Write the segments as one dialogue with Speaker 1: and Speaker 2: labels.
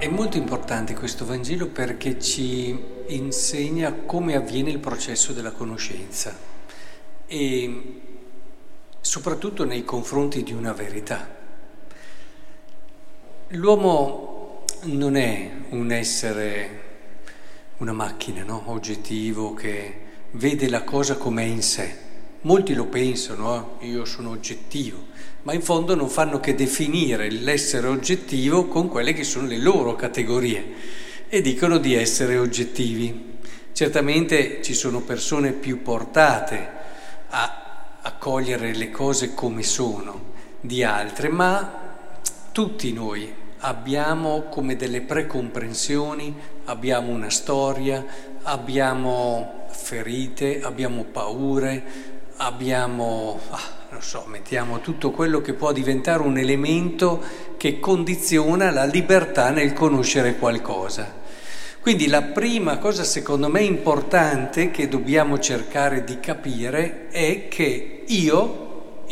Speaker 1: molto importante questo Vangelo perché ci insegna come avviene il processo della conoscenza e soprattutto nei confronti di una verità. L'uomo non è un essere, una macchina, no? Oggettivo che vede la cosa come è in sé. Molti lo pensano, io sono oggettivo, ma in fondo non fanno che definire l'essere oggettivo con quelle che sono le loro categorie e dicono di essere oggettivi. Certamente ci sono persone più portate a cogliere le cose come sono di altre, ma tutti noi abbiamo come delle precomprensioni, abbiamo una storia, abbiamo ferite, abbiamo paure, abbiamo, mettiamo tutto quello che può diventare un elemento che condiziona la libertà nel conoscere qualcosa. Quindi la prima cosa secondo me importante che dobbiamo cercare di capire è che io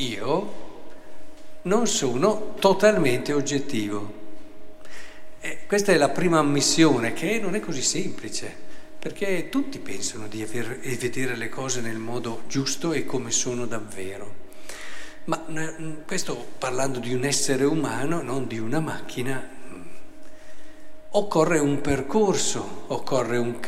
Speaker 1: non sono totalmente oggettivo. Questa è la prima ammissione, che non è così semplice. Perché tutti pensano di vedere le cose nel modo giusto e come sono davvero. Ma questo parlando di un essere umano, non di una macchina, occorre un percorso, occorre un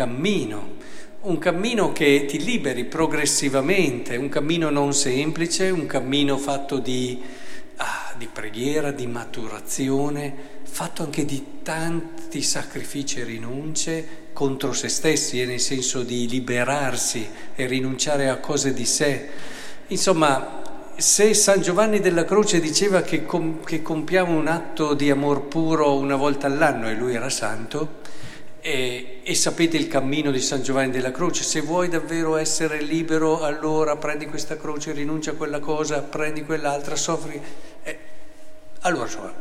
Speaker 1: cammino che ti liberi progressivamente, un cammino non semplice, un cammino fatto di preghiera, di maturazione, fatto anche di tanti sacrifici e rinunce contro se stessi, nel senso di liberarsi e rinunciare a cose di sé. Insomma, se San Giovanni della Croce diceva che compiamo un atto di amor puro una volta all'anno, e lui era santo, e sapete il cammino di San Giovanni della Croce, se vuoi davvero essere libero, allora prendi questa croce, rinuncia a quella cosa, prendi quell'altra, soffri. Allora, insomma,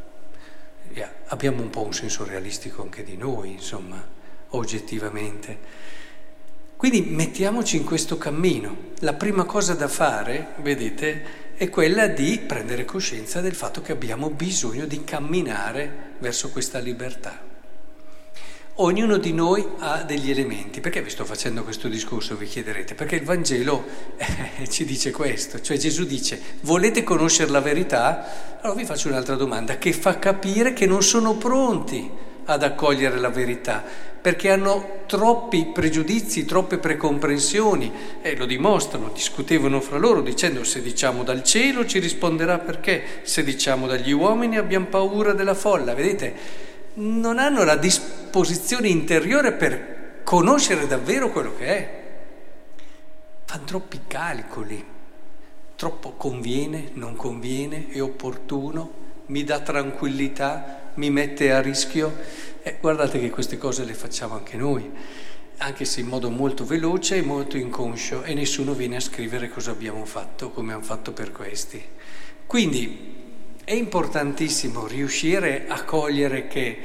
Speaker 1: abbiamo un po' un senso realistico anche di noi, insomma, oggettivamente. Quindi mettiamoci in questo cammino. La prima cosa da fare, vedete, è quella di prendere coscienza del fatto che abbiamo bisogno di camminare verso questa libertà. Ognuno di noi ha degli elementi. Perché vi sto facendo questo discorso, vi chiederete? Perché il Vangelo ci dice questo, cioè Gesù dice: volete conoscere la verità? Allora vi faccio un'altra domanda che fa capire che non sono pronti ad accogliere la verità, perché hanno troppi pregiudizi, troppe precomprensioni, e lo dimostrano, discutevano fra loro dicendo: se diciamo dal cielo ci risponderà perché, se diciamo dagli uomini abbiamo paura della folla. Vedete? Non hanno la disposizione interiore per conoscere davvero quello che è. Fanno troppi calcoli, troppo conviene, non conviene, è opportuno, mi dà tranquillità, mi mette a rischio. Guardate che queste cose le facciamo anche noi, anche se in modo molto veloce e molto inconscio, e nessuno viene a scrivere cosa abbiamo fatto, come hanno fatto per questi. Quindi è importantissimo riuscire a cogliere che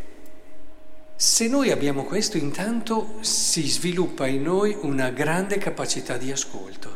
Speaker 1: se noi abbiamo questo, intanto si sviluppa in noi una grande capacità di ascolto.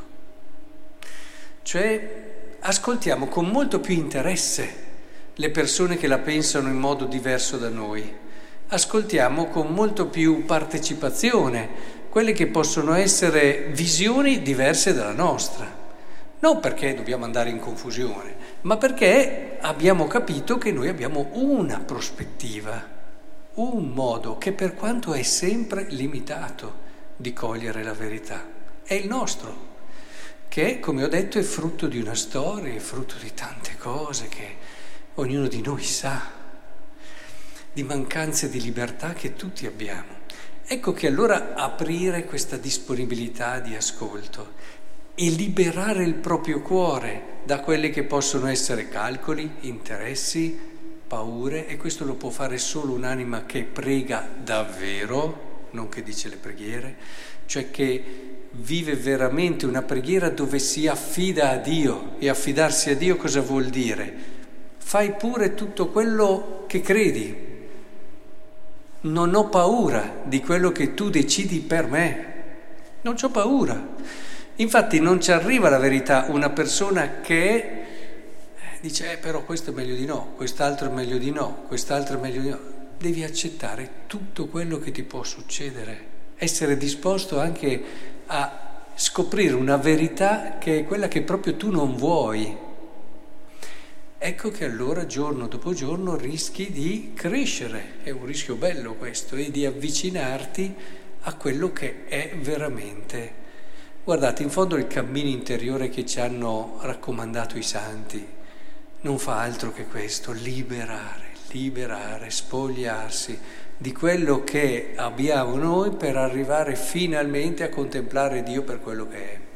Speaker 1: Cioè ascoltiamo con molto più interesse le persone che la pensano in modo diverso da noi. Ascoltiamo con molto più partecipazione quelle che possono essere visioni diverse dalla nostra. Non perché dobbiamo andare in confusione, ma perché abbiamo capito che noi abbiamo una prospettiva, un modo che per quanto è sempre limitato di cogliere la verità. È il nostro, che come ho detto è frutto di una storia, è frutto di tante cose che ognuno di noi sa, di mancanze di libertà che tutti abbiamo. Ecco che allora aprire questa disponibilità di ascolto e liberare il proprio cuore da quelli che possono essere calcoli, interessi, paure, e questo lo può fare solo un'anima che prega davvero, non che dice le preghiere, cioè che vive veramente una preghiera dove si affida a Dio. E affidarsi a Dio cosa vuol dire? Fai pure tutto quello che credi. Non ho paura di quello che tu decidi per me. Non c'ho paura. Infatti non ci arriva la verità una persona che dice però questo è meglio di no, quest'altro è meglio di no, quest'altro è meglio di no. devi accettare tutto quello che ti può succedere, essere disposto anche a scoprire una verità che è quella che proprio tu non vuoi. Ecco che allora giorno dopo giorno rischi di crescere, è un rischio bello questo, e di avvicinarti a quello che è veramente. Guardate, in fondo il cammino interiore che ci hanno raccomandato i santi non fa altro che questo, liberare, spogliarsi di quello che abbiamo noi per arrivare finalmente a contemplare Dio per quello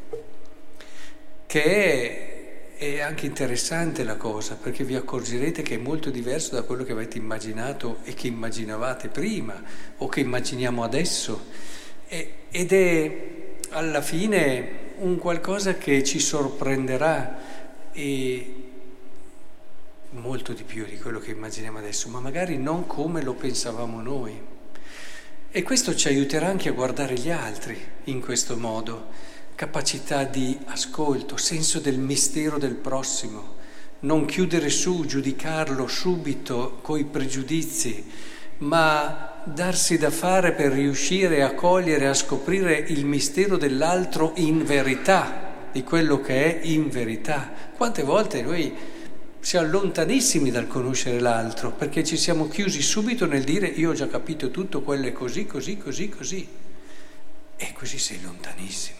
Speaker 1: che è anche interessante la cosa, perché vi accorgerete che è molto diverso da quello che avete immaginato e che immaginavate prima o che immaginiamo adesso, ed è alla fine un qualcosa che ci sorprenderà e molto di più di quello che immaginiamo adesso, ma magari non come lo pensavamo noi. E questo ci aiuterà anche a guardare gli altri in questo modo, capacità di ascolto, senso del mistero del prossimo, non chiudere su, giudicarlo subito coi pregiudizi, ma darsi da fare per riuscire a cogliere, a scoprire il mistero dell'altro in verità, di quello che è in verità. Quante volte noi siamo lontanissimi dal conoscere l'altro, perché ci siamo chiusi subito nel dire io ho già capito tutto, quello è così, e così sei lontanissimo.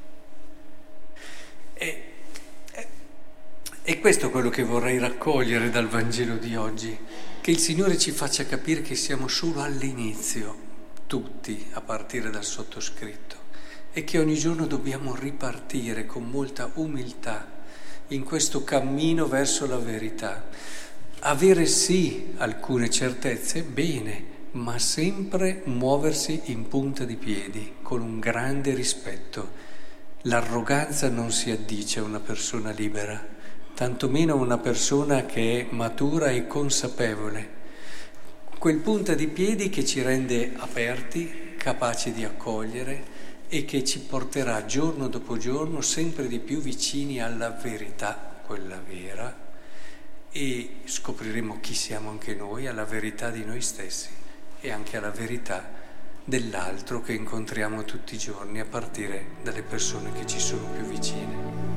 Speaker 1: E questo è quello che vorrei raccogliere dal Vangelo di oggi, che il Signore ci faccia capire che siamo solo all'inizio, tutti, a partire dal sottoscritto, e che ogni giorno dobbiamo ripartire con molta umiltà in questo cammino verso la verità. Avere sì alcune certezze, bene, ma sempre muoversi in punta di piedi, con un grande rispetto. L'arroganza non si addice a una persona libera, tantomeno a una persona che è matura e consapevole. Quel punta di piedi che ci rende aperti, capaci di accogliere e che ci porterà giorno dopo giorno sempre di più vicini alla verità, quella vera, e scopriremo chi siamo anche noi, alla verità di noi stessi e anche alla verità dell'altro che incontriamo tutti i giorni, a partire dalle persone che ci sono più vicine.